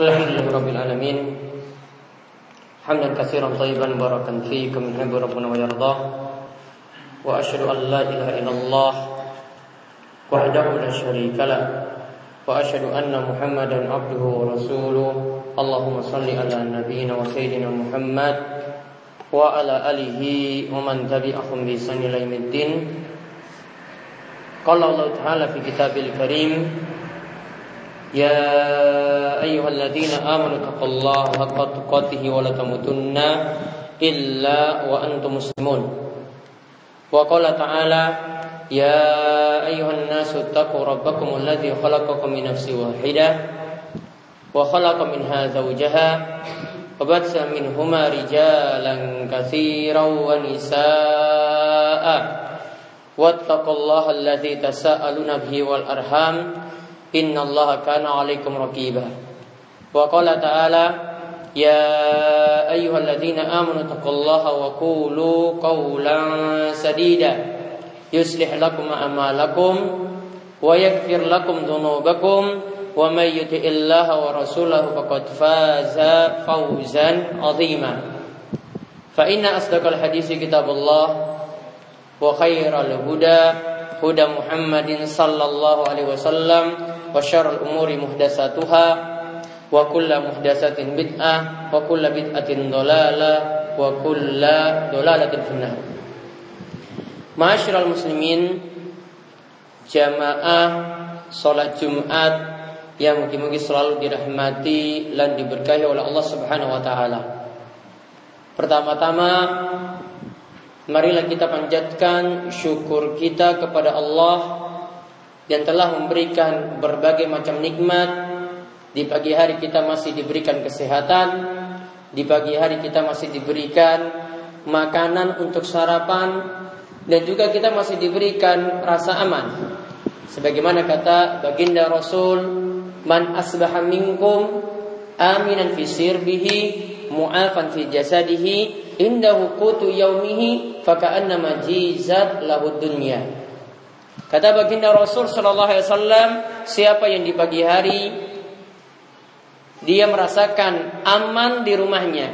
Alhamdulillahirabbil alamin. Hamdan katsiran thayyiban barakan fihi kama yuhibbu rabbuna wa yardah. Wa asyhadu an la ilaha illallah wahdahu la syarika lah. Wa asyhadu anna Muhammadan abduhu wa rasuluh. Allahumma shalli ala nabiyyina wa sayyidina Muhammad wa ala alihi wa man tabi'ahum bi ihsan ila yaumiddin. Qala Allah Ta'ala fi kitabil karim, ya ayyuhalladzina amanu taqullaha haqqa tuqatih wa la tamutunna illa wa antum muslimun. Wa qala ta'ala, ya ayyuhan nasu taqu rabbakum alladzi khalaqakum min nafsin wahidah wa khalaqa minha zawjaha wa batsa minhuma rijalan katsiran wa nisaa'a wattaqullaha alladzi tasaaluna bihi wal arham innallaha kana 'alaikum raqiba. Wa qala ta'ala, ya ayyuhalladzina amanu taqullaha wa qulu qawlan sadida yuslih lakum a'malakum wa yaghfir lakum dhunubakum wa may yuti'illaha wa rasulahu faqad faza fawzan 'azima. Fa inna asdaqal haditsi kitabullah wa khairal huda huda Muhammadin sallallahu alaihi wasallam wa syarrul umuri muhdatsatuha wa kullu muhdatsatin bid'ah wa kullu bid'atin dhalalah wa kullu dhalalatin finnar. Ma'asyiral muslimin, jamaah salat Jumat yang mungkin selalu dirahmati dan diberkahi oleh Allah Subhanahu wa taala. Pertama-tama marilah kita panjatkan syukur kita kepada Allah yang telah memberikan berbagai macam nikmat. Di pagi hari kita masih diberikan kesehatan, di pagi hari kita masih diberikan makanan untuk sarapan, dan juga kita masih diberikan rasa aman. Sebagaimana kata baginda Rasul, man asbaha minkum aminan fi sirbihi mu'afan fi jasadihi indahu qutu yaumihi faka'annama jizat lahu dunya. Kata baginda Rasul sallallahu alaihi wasallam, siapa yang di pagi hari dia merasakan aman di rumahnya,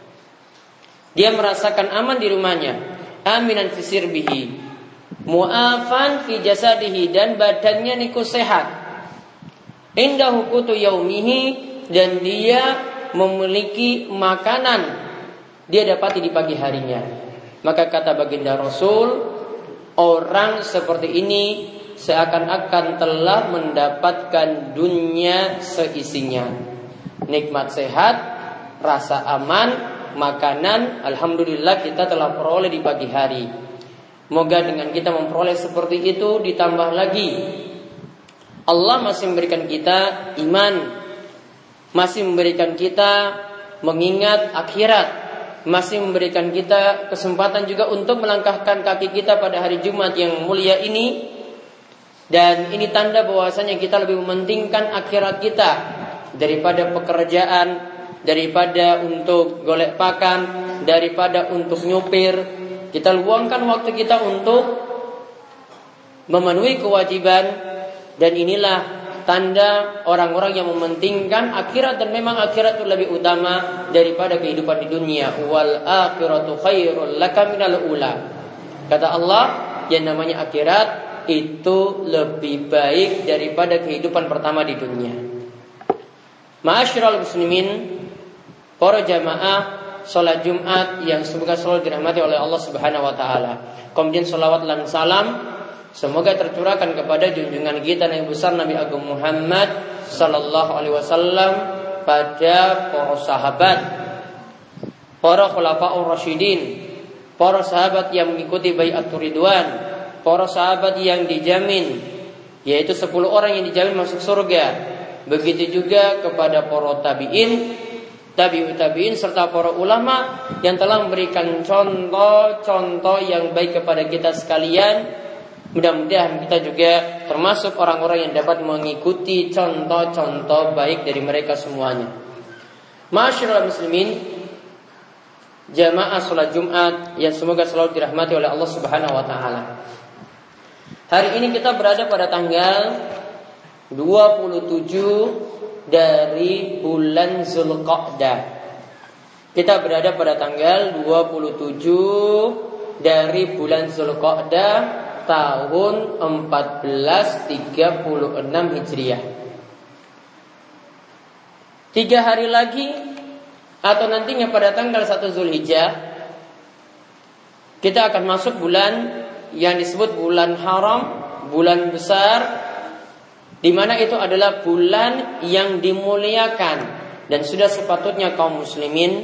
dia merasakan aman di rumahnya, aminan fi sirbihi mu'afan fi jasadihi, dan badannya niku sehat, indahu qutu yaumihi, dan dia memiliki makanan dia dapati di pagi harinya. Maka kata baginda Rasul, orang seperti ini seakan-akan telah mendapatkan dunia seisinya. Nikmat sehat, rasa aman, makanan, alhamdulillah kita telah peroleh di pagi hari. Moga dengan kita memperoleh seperti itu, ditambah lagi Allah masih memberikan kita iman, masih memberikan kita mengingat akhirat, masih memberikan kita kesempatan juga untuk melangkahkan kaki kita pada hari Jumat yang mulia ini. Dan ini tanda bahwasanya kita lebih mementingkan akhirat kita daripada pekerjaan, daripada untuk golek pakan, daripada untuk nyupir. Kita luangkan waktu kita untuk memenuhi kewajiban. Dan inilah tanda orang-orang yang mementingkan akhirat, dan memang akhirat itu lebih utama daripada kehidupan di dunia. Wal akhiratu khairul laka minal ula. Kata Allah, yang namanya akhirat itu lebih baik daripada kehidupan pertama di dunia. Ma'asyiral muslimin, para jamaah salat Jumat yang semoga selalu dirahmati oleh Allah Subhanahu wa taala. Kemudian salawat dan salam semoga tercurahkan kepada junjungan kita Nabi besar Nabi Agung Muhammad sallallahu alaihi wasallam, pada para sahabat, para khulafaur rasyidin, para sahabat yang mengikuti bai'atur ridwan, para sahabat yang dijamin, yaitu 10 orang yang dijamin masuk surga. Begitu juga kepada para tabi'in, tabi'ut tabi'in, serta para ulama yang telah memberikan contoh-contoh yang baik kepada kita sekalian. Mudah-mudahan kita juga termasuk orang-orang yang dapat mengikuti contoh-contoh baik dari mereka semuanya. Ma'asyiral muslimin, jamaah salat Jumat yang semoga selalu dirahmati oleh Allah Subhanahu wa taala. Hari ini kita berada pada tanggal 27 dari bulan Zulqa'dah. Kita berada pada tanggal 27 dari bulan Zulqa'dah tahun 1436 Hijriah. 3 hari lagi atau nantinya pada tanggal 1 Zulhijjah kita akan masuk bulan yang disebut bulan haram, bulan besar, di mana itu adalah bulan yang dimuliakan, dan sudah sepatutnya kaum muslimin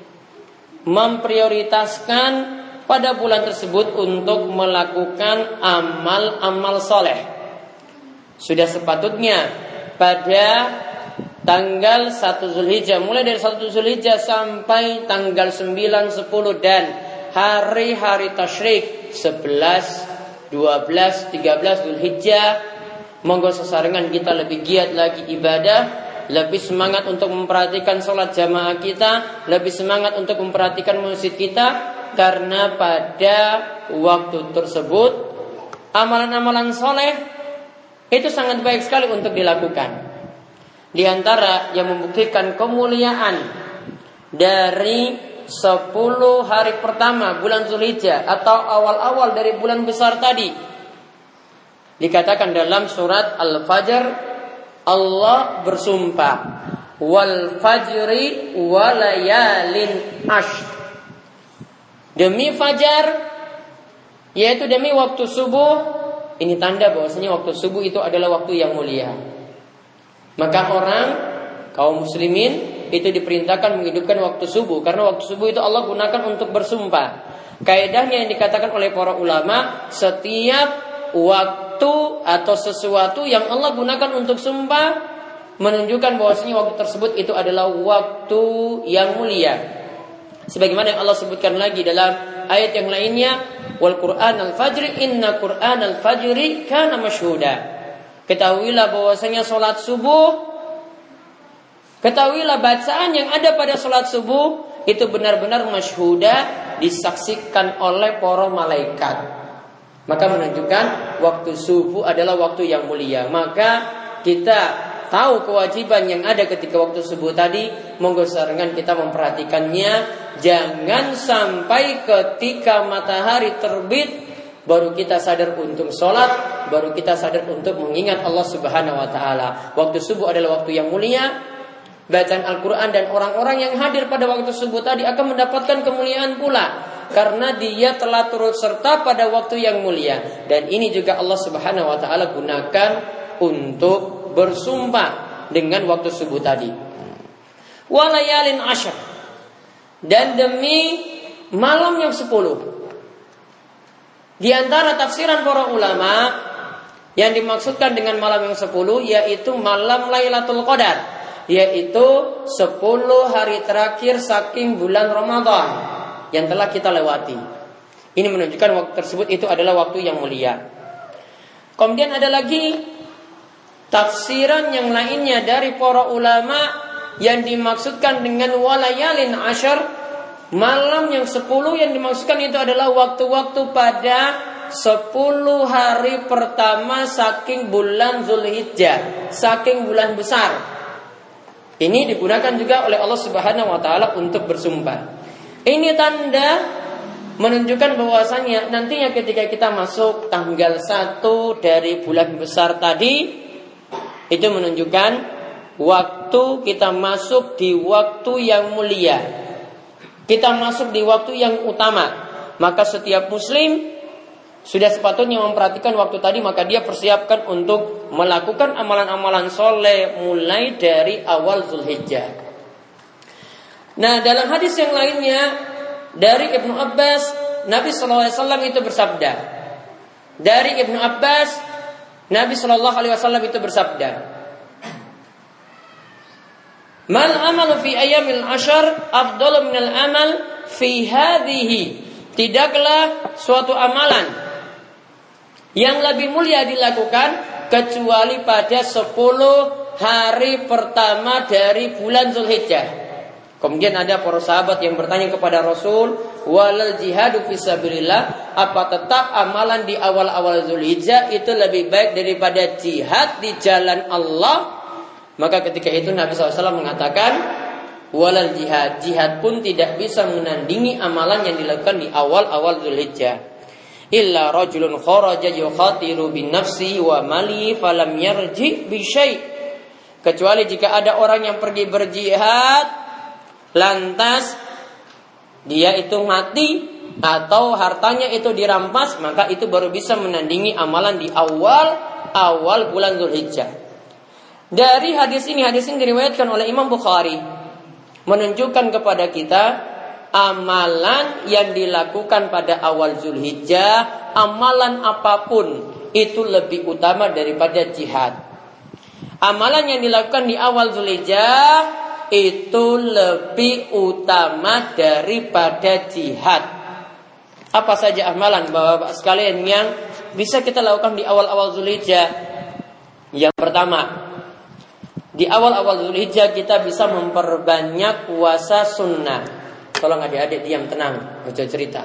memprioritaskan pada bulan tersebut untuk melakukan amal-amal soleh. Sudah sepatutnya pada tanggal 1 Zulhijjah, mulai dari 1 Zulhijjah sampai tanggal 9, 10 dan hari-hari tasyrik 11, 12, 13 Zulhijjah, monggo sesarengan kita lebih giat lagi ibadah, lebih semangat untuk memperhatikan sholat jamaah kita, lebih semangat untuk memperhatikan masjid kita, karena pada waktu tersebut amalan-amalan soleh itu sangat baik sekali untuk dilakukan. Di antara yang membuktikan kemuliaan dari 10 hari pertama bulan Zulhijjah atau awal-awal dari bulan besar tadi, dikatakan dalam surat Al-Fajr, Allah bersumpah, wal fajri walayalin ashr, demi fajar, yaitu demi waktu subuh. Ini tanda bahwasanya waktu subuh itu adalah waktu yang mulia. Maka kaum muslimin itu diperintahkan menghidupkan waktu subuh, karena waktu subuh itu Allah gunakan untuk bersumpah. Kaidahnya yang dikatakan oleh para ulama, setiap waktu atau sesuatu yang Allah gunakan untuk sumpah menunjukkan bahwasanya waktu tersebut itu adalah waktu yang mulia. Sebagaimana yang Allah sebutkan lagi dalam ayat yang lainnya, wal Qur'an al-fajri inna Qur'an al-fajri kana masyhuda. Ketahuilah bahwasanya salat subuh, ketahuilah bacaan yang ada pada salat subuh itu benar-benar masyhuda, disaksikan oleh para malaikat. Maka menunjukkan waktu subuh adalah waktu yang mulia. Maka kita tahu kewajiban yang ada ketika waktu subuh tadi, monggo sarengan kita memperhatikannya. Jangan sampai ketika matahari terbit baru kita sadar untuk sholat, baru kita sadar untuk mengingat Allah Subhanahu wa ta'ala. Waktu subuh adalah waktu yang mulia. Bacaan Al-Quran dan orang-orang yang hadir pada waktu subuh tadi akan mendapatkan kemuliaan pula, karena dia telah turut serta pada waktu yang mulia. Dan ini juga Allah Subhanahu wa ta'ala gunakan untuk bersumpah dengan waktu subuh tadi. Walayalin ashr, dan demi malam yang 10. Di antara tafsiran para ulama, yang dimaksudkan dengan malam yang 10 yaitu malam Lailatul Qadar, yaitu 10 hari terakhir saking bulan Ramadan yang telah kita lewati. Ini menunjukkan waktu tersebut itu adalah waktu yang mulia. Kemudian ada lagi tafsiran yang lainnya dari para ulama yang dimaksudkan dengan walayalin ashar, malam yang 10 yang dimaksudkan itu adalah waktu-waktu pada 10 hari pertama saking bulan Zulhijjah, saking bulan besar. Ini digunakan juga oleh Allah Subhanahu wa ta'ala untuk bersumpah. Ini tanda menunjukkan bahwasanya nantinya ketika kita masuk tanggal 1 dari bulan besar tadi, itu menunjukkan waktu kita masuk di waktu yang mulia. Kita masuk di waktu yang utama. Maka setiap muslim sudah sepatutnya memperhatikan waktu tadi, maka dia persiapkan untuk melakukan amalan-amalan soleh mulai dari awal Zulhijjah. Nah, dalam hadis yang lainnya dari Ibnu Abbas, Nabi SAW itu bersabda. Dari Ibnu Abbas, Nabi SAW itu bersabda, mal amal fi ayyamil ashar afdalu minal amal fi hadhihi. Tidaklah suatu amalan yang lebih mulia dilakukan kecuali pada 10 hari pertama dari bulan Zulhijjah. Kemudian ada para sahabat yang bertanya kepada Rasul, walal jihadu fisabilillah, apa tetap amalan di awal-awal Zulhijjah itu lebih baik daripada jihad di jalan Allah? Maka ketika itu Nabi SAW mengatakan, walal jihad, jihad pun tidak bisa menandingi amalan yang dilakukan di awal-awal Dzulhijjah. Illa rajulun kharaja yukhatiru bin nafsi wa mali falam yarji bi syai'. Kecuali jika ada orang yang pergi berjihad, lantas dia itu mati atau hartanya itu dirampas, maka itu baru bisa menandingi amalan di awal bulan Dzulhijjah. Dari hadis ini diriwayatkan oleh Imam Bukhari, menunjukkan kepada kita amalan yang dilakukan pada awal Dzulhijjah, amalan apapun itu lebih utama daripada jihad. Amalan yang dilakukan di awal Dzulhijjah itu lebih utama daripada jihad. Apa saja amalan Bapak-bapak sekalian yang bisa kita lakukan di awal-awal Dzulhijjah? Yang pertama, di awal-awal Dzulhijjah kita bisa memperbanyak puasa sunnah. Tolong adik-adik diam, tenang, jangan cerita.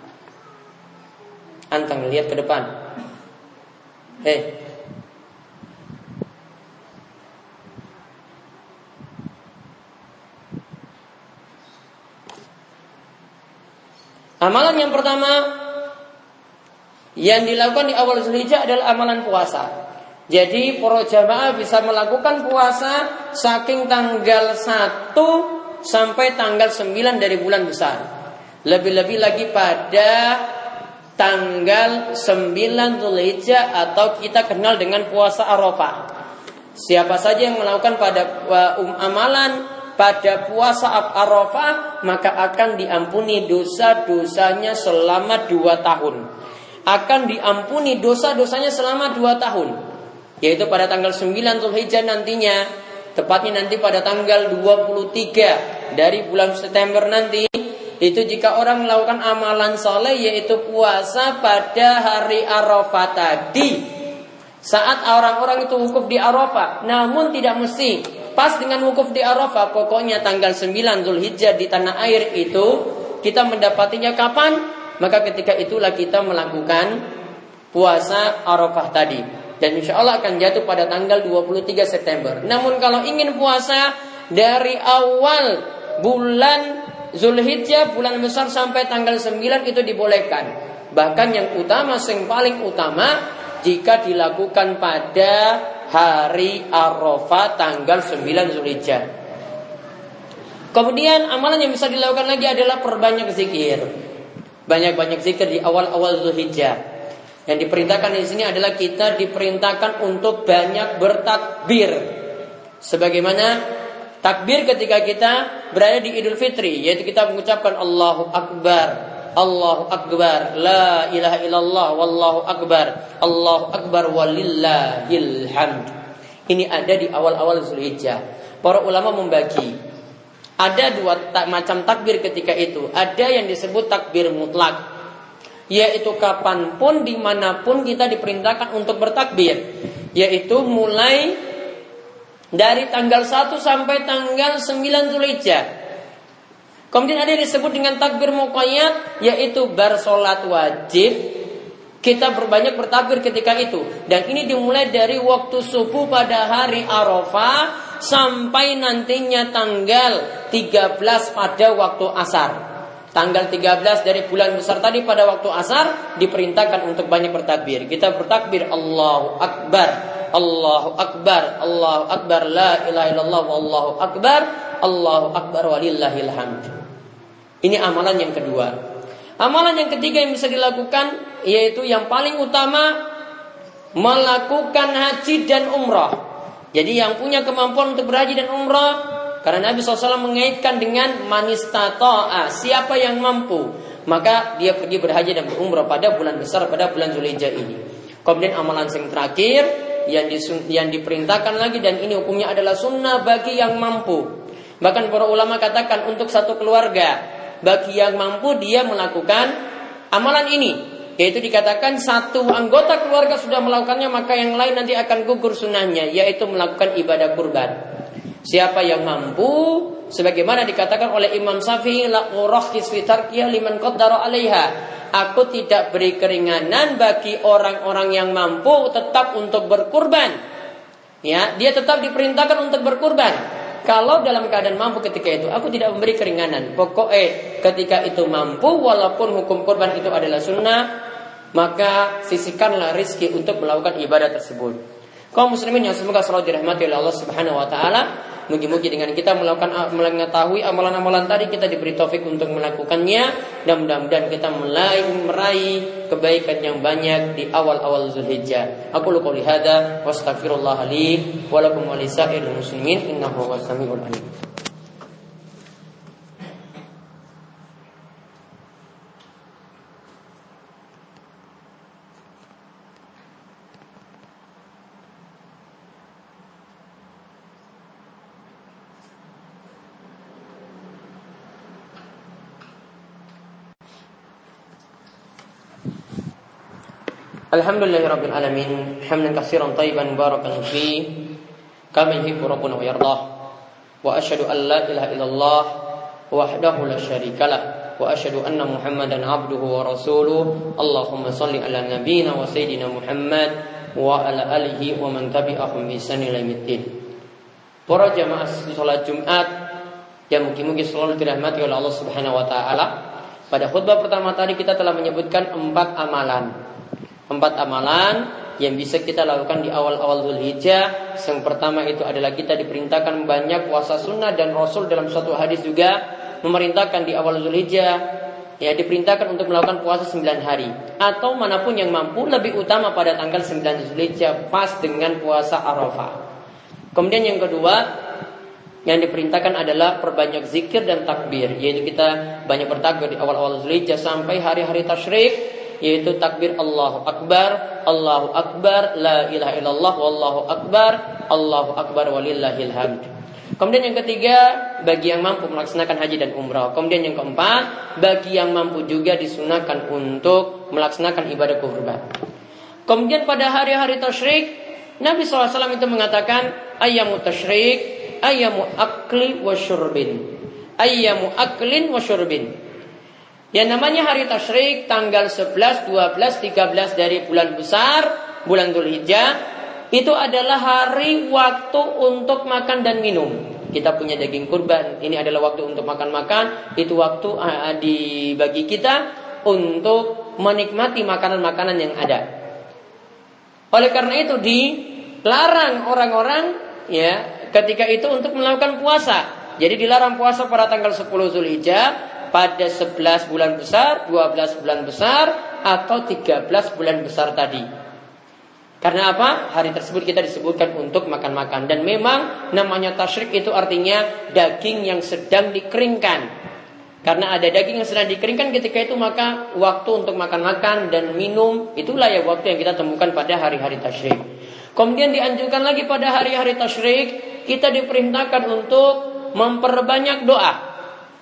Antang lihat ke depan. Amalan yang pertama yang dilakukan di awal Dzulhijjah adalah amalan puasa. Jadi para jamaah bisa melakukan puasa saking tanggal 1 sampai tanggal 9 dari bulan besar. Lebih-lebih lagi pada tanggal 9 Dzulhijjah atau kita kenal dengan puasa Arafah. Siapa saja yang melakukan pada amalan pada puasa Arafah, maka akan diampuni dosa-dosanya selama 2 tahun. Akan diampuni dosa-dosanya selama 2 tahun. Yaitu pada tanggal 9 Dzulhijjah nantinya, tepatnya nanti pada tanggal 23 dari bulan September nanti, itu jika orang melakukan amalan soleh yaitu puasa pada hari Arafah tadi, saat orang-orang itu wukuf di Arafah. Namun tidak mesti pas dengan wukuf di Arafah, pokoknya tanggal 9 Dzulhijjah di tanah air itu kita mendapatinya kapan? Maka ketika itulah kita melakukan puasa Arafah tadi. Dan insya Allah akan jatuh pada tanggal 23 September. Namun kalau ingin puasa dari awal bulan Dzulhijjah, bulan besar sampai tanggal 9 itu dibolehkan. Bahkan yang utama, yang paling utama, jika dilakukan pada hari Arafah tanggal 9 Dzulhijjah. Kemudian amalan yang bisa dilakukan lagi adalah perbanyak zikir. Banyak-banyak zikir di awal-awal Dzulhijjah. Yang diperintahkan di sini adalah kita diperintahkan untuk banyak bertakbir. Sebagaimana takbir ketika kita berada di Idul Fitri, yaitu kita mengucapkan Allahu Akbar, Allahu Akbar, la ilaha illallah, wallahu akbar, Allahu Akbar walillahil hamd. Ini ada di awal-awal Dzulhijjah. Para ulama membagi. Ada 2 macam takbir ketika itu. Ada yang disebut takbir mutlak, yaitu kapanpun, dimanapun kita diperintahkan untuk bertakbir, yaitu mulai dari tanggal 1 sampai tanggal 9 Dzulhijjah. Kemudian ada yang disebut dengan takbir muqayyad, yaitu bersolat wajib kita berbanyak bertakbir ketika itu. Dan ini dimulai dari waktu subuh pada hari Arafah sampai nantinya tanggal 13 pada waktu asar. Tanggal 13 dari bulan besar tadi pada waktu asar diperintahkan untuk banyak bertakbir. Kita bertakbir Allahu Akbar, Allahu Akbar, Allahu Akbar, la ilaha illallah, wallahu akbar, Allahu Akbar walillahil hamd. Ini amalan yang kedua. Amalan yang ketiga yang bisa dilakukan yaitu yang paling utama, melakukan haji dan umrah. Jadi yang punya kemampuan untuk berhaji dan umrah, karena Nabi SAW mengaitkan dengan manistata'a, siapa yang mampu, maka dia pergi berhaji dan berumrah pada bulan besar, pada bulan Dzulhijjah ini. Kemudian amalan yang terakhir yang diperintahkan lagi, dan ini hukumnya adalah sunnah bagi yang mampu. Bahkan para ulama katakan untuk satu keluarga, bagi yang mampu dia melakukan amalan ini, yaitu dikatakan satu anggota keluarga sudah melakukannya, maka yang lain nanti akan gugur sunnahnya, yaitu melakukan ibadah kurban. Siapa yang mampu, sebagaimana dikatakan oleh Imam Syafi'i, la urakhis fi tarkiha liman qaddara 'alaiha. Aku tidak beri keringanan bagi orang-orang yang mampu tetap untuk berkurban. Ya, dia tetap diperintahkan untuk berkurban. Kalau dalam keadaan mampu ketika itu, aku tidak memberi keringanan. Pokoknya ketika itu mampu, walaupun hukum kurban itu adalah sunnah, maka sisihkanlah rizki untuk melakukan ibadah tersebut. Kaum muslimin yang semoga selalu dirahmati oleh Allah Subhanahu wa taala, mugi-mugi dengan kita mengetahui amalan-amalan tadi, kita diberi taufik untuk melakukannya, dan mudah-mudahan kita meraih kebaikan yang banyak di awal-awal Zulhijjah. Aku qouli hadza wa astaghfirullah li wa lakum wa lisa'iril muslimin innahu huwas samiul alim. Alhamdulillahirabbil alamin, hamdan katsiran thayyiban barakan fi kama yuhibbu rabbuna wa yardah. Wa asyhadu an la ilaha illallah wahdahu la syarikalah wa asyhadu anna Muhammadan abduhu wa rasuluh. Allahumma shalli ala nabiyyina wa sayyidina Muhammad wa ala alihi wa man tabi'ahum bi ihsan ila yaumil. Para jamaah salat Jumat yang mungkin selalu dirahmati oleh Allah Subhanahu wa taala. Pada khutbah pertama tadi kita telah menyebutkan 4 amalan. 4 amalan yang bisa kita lakukan di awal-awal Zulhijjah. Yang pertama itu adalah kita diperintahkan banyak puasa sunnah, dan Rasul dalam suatu hadis juga memerintahkan di awal Zulhijjah, ya, diperintahkan untuk melakukan puasa 9 hari atau manapun yang mampu, lebih utama pada tanggal 9 Zulhijjah pas dengan puasa Arafah. Kemudian yang kedua yang diperintahkan adalah perbanyak zikir dan takbir, yaitu kita banyak bertakbir di awal-awal Zulhijjah sampai hari-hari tasyrik, yaitu takbir Allahu Akbar, Allahu Akbar, la ilaha illallah, wallahu akbar walillahil hamd. Kemudian yang ketiga, bagi yang mampu melaksanakan haji dan umrah. Kemudian yang keempat, bagi yang mampu juga disunahkan untuk melaksanakan ibadah kurban. Kemudian pada hari-hari tasyrik, Nabi SAW itu mengatakan ayyamu tasyrik, ayyamu akli wa syurbin. Ayyamu aklin wa syurbin. Yang namanya hari tasyrik tanggal 11, 12, 13 dari bulan besar, bulan Dzulhijjah, itu adalah hari waktu untuk makan dan minum. Kita punya daging kurban, ini adalah waktu untuk makan-makan, itu waktu dibagi kita untuk menikmati makanan-makanan yang ada. Oleh karena itu dilarang orang-orang, ya, ketika itu untuk melakukan puasa. Jadi dilarang puasa pada tanggal 10 Dzulhijjah, pada 11 bulan besar, 12 bulan besar, atau 13 bulan besar tadi. Karena apa? Hari tersebut kita disebutkan untuk makan-makan. Dan memang namanya tasyrik itu artinya daging yang sedang dikeringkan. Karena ada daging yang sedang dikeringkan ketika itu, maka waktu untuk makan-makan dan minum, itulah ya waktu yang kita temukan pada hari-hari tasyrik. Kemudian dianjurkan lagi pada hari-hari tasyrik, kita diperintahkan untuk memperbanyak doa.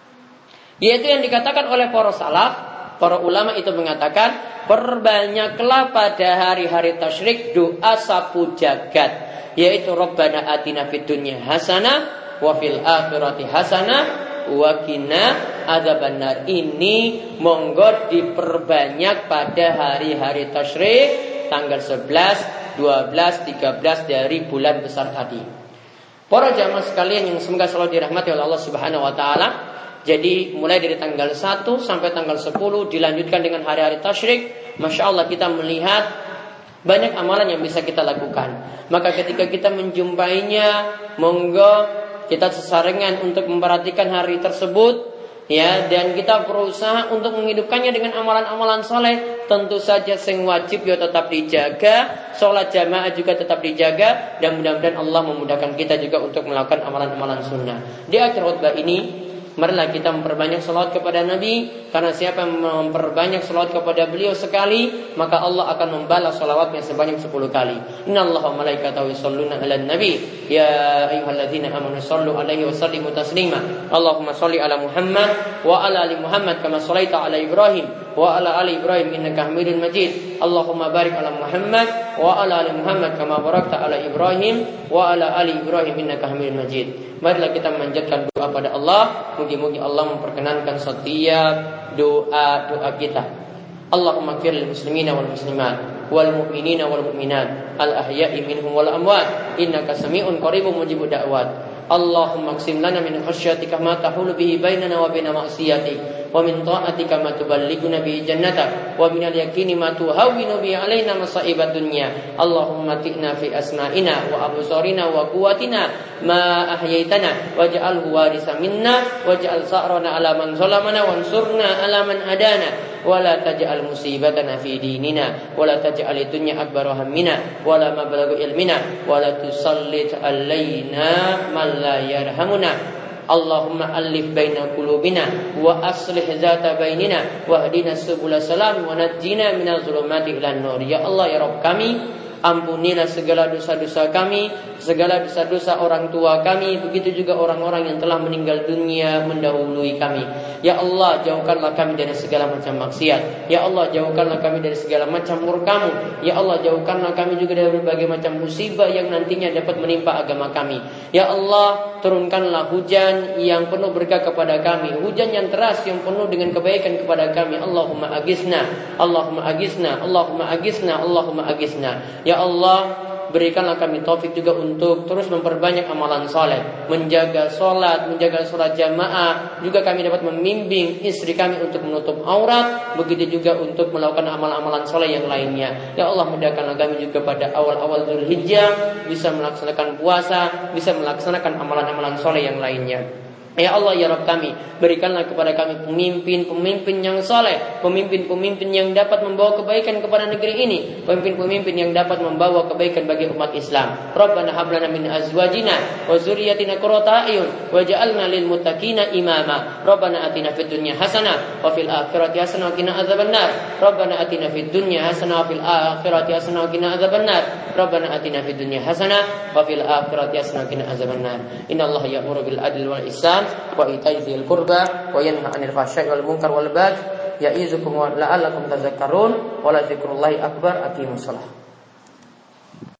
Yaitu yang dikatakan oleh para salaf, para ulama itu mengatakan, perbanyaklah pada hari-hari tasyrik doa sapu jagat, yaitu Rabbana atina fid dunya hasanah wa fil akhirati hasanah wa qina adzabannar. Ini monggo diperbanyak pada hari-hari tasyrik tanggal 11, 12, 13 dari bulan besar tadi. Para jamaah sekalian yang semoga selalu dirahmati oleh Allah Subhanahu wa taala. Jadi mulai dari tanggal 1 sampai tanggal 10 dilanjutkan dengan hari-hari tasyrik. Masya Allah, kita melihat banyak amalan yang bisa kita lakukan. Maka ketika kita menjumpainya, monggo kita sesarengan untuk memperhatikan hari tersebut, ya, dan kita berusaha untuk menghidupkannya dengan amalan-amalan soleh. Tentu saja sing wajib ya tetap dijaga, sholat jamaah juga tetap dijaga, dan mudah-mudahan Allah memudahkan kita juga untuk melakukan amalan-amalan sunnah. Di akhir khutbah ini, marilah kita memperbanyak salawat kepada Nabi, karena siapa yang memperbanyak salawat kepada beliau sekali, maka Allah akan membalas salawatnya sebanyak 10 kali. Innallaha wa malaikatahu yusholluna 'alan nabi ya ayyuhalladzina amanu shallu 'alaihi wa sallimu taslima. Allahumma shalli 'ala Muhammad wa 'ala ali Muhammad kama shallaita 'ala Ibrahim wa 'ala ali Ibrahim innaka Hamidum Majid. Allahumma barik 'ala Muhammad wa 'ala ali Muhammad kama barakta 'ala Ibrahim wa 'ala ali Ibrahim innaka Hamidum Majid. Marilah kita memanjatkan doa pada Allah. Mugi-mugi Allah memperkenankan setiap doa-doa kita. Allahumma ighfir lil muslimina wal muslimat wal mu'minina wal mu'minat al ahya'i minhum wal amwat innaka sami'un qaribun mujibud da'wat. Allahumma qsim lana min khasyatika ma tahulu bihi bainana wa baina ma'siyatik wa min ta'atika ma tuballighuna bihi jannatak wa min al-yaqini ma tuhawwinu bihi alaina masa'ibad dunya. Allahumma ti'na fi asma'ina wa absarina wa quwwatina ma ahyaitana waj'alhu warisa minna waj'al sa'rana ala man zalamana wansurna ala man adana wa la taj'al musibatana fi dinina wa la taj'al ad-dunya akbar hammina wa la mablagha ilmina wa la tusallit alaina man la yarhamuna. Allahumma alif baina qulubina wa aslih zata bainina wahdina subul salam wa najjina minaz zulumati ilan nur. Ya Allah ya Rabb kami, ampunilah segala dosa-dosa kami, segala dosa-dosa orang tua kami, begitu juga orang-orang yang telah meninggal dunia mendahului kami. Ya Allah, jauhkanlah kami dari segala macam maksiat. Ya Allah, jauhkanlah kami dari segala macam murka-Mu. Ya Allah, jauhkanlah kami juga dari berbagai macam musibah yang nantinya dapat menimpa agama kami. Ya Allah, turunkanlah hujan yang penuh berkah kepada kami, hujan yang deras yang penuh dengan kebaikan kepada kami. Allahumma agisna, Allahumma agisna, Allahumma agisna, Allahumma agisna. Ya Allah, berikanlah kami taufik juga untuk terus memperbanyak amalan saleh, menjaga sholat jamaah, juga kami dapat membimbing istri kami untuk menutup aurat, begitu juga untuk melakukan amalan-amalan saleh yang lainnya. Ya Allah, mudahkanlah kami juga pada awal-awal Dzulhijjah bisa melaksanakan puasa, bisa melaksanakan amalan-amalan saleh yang lainnya. Ya Allah ya Rabb kami, berikanlah kepada kami pemimpin-pemimpin yang saleh, pemimpin-pemimpin yang dapat membawa kebaikan kepada negeri ini, pemimpin-pemimpin yang dapat membawa kebaikan bagi umat Islam. Rabbana hab lana min azwajina wa dzurriyyatina qurrata a'yun waj'alna lil muttaqina imama. Rabbana atina fid dunya hasanah wa fil akhirati hasanah wa qina adzabannar. Rabbana atina fid dunya hasanah wa fil akhirati hasanah wa qina adzabannar. Rabbana atina fid dunya hasanah wa fil akhirati hasanah wa qina adzabannar. Innallaha ya'muru bil adli wal ihsan wa ita'i dzil qurba wa yanha 'anil fahsya'i wal munkar wal baghi ya'izukum la'allakum tadhakkarun wa la dzikrullahi akbar. Aqimus shalah.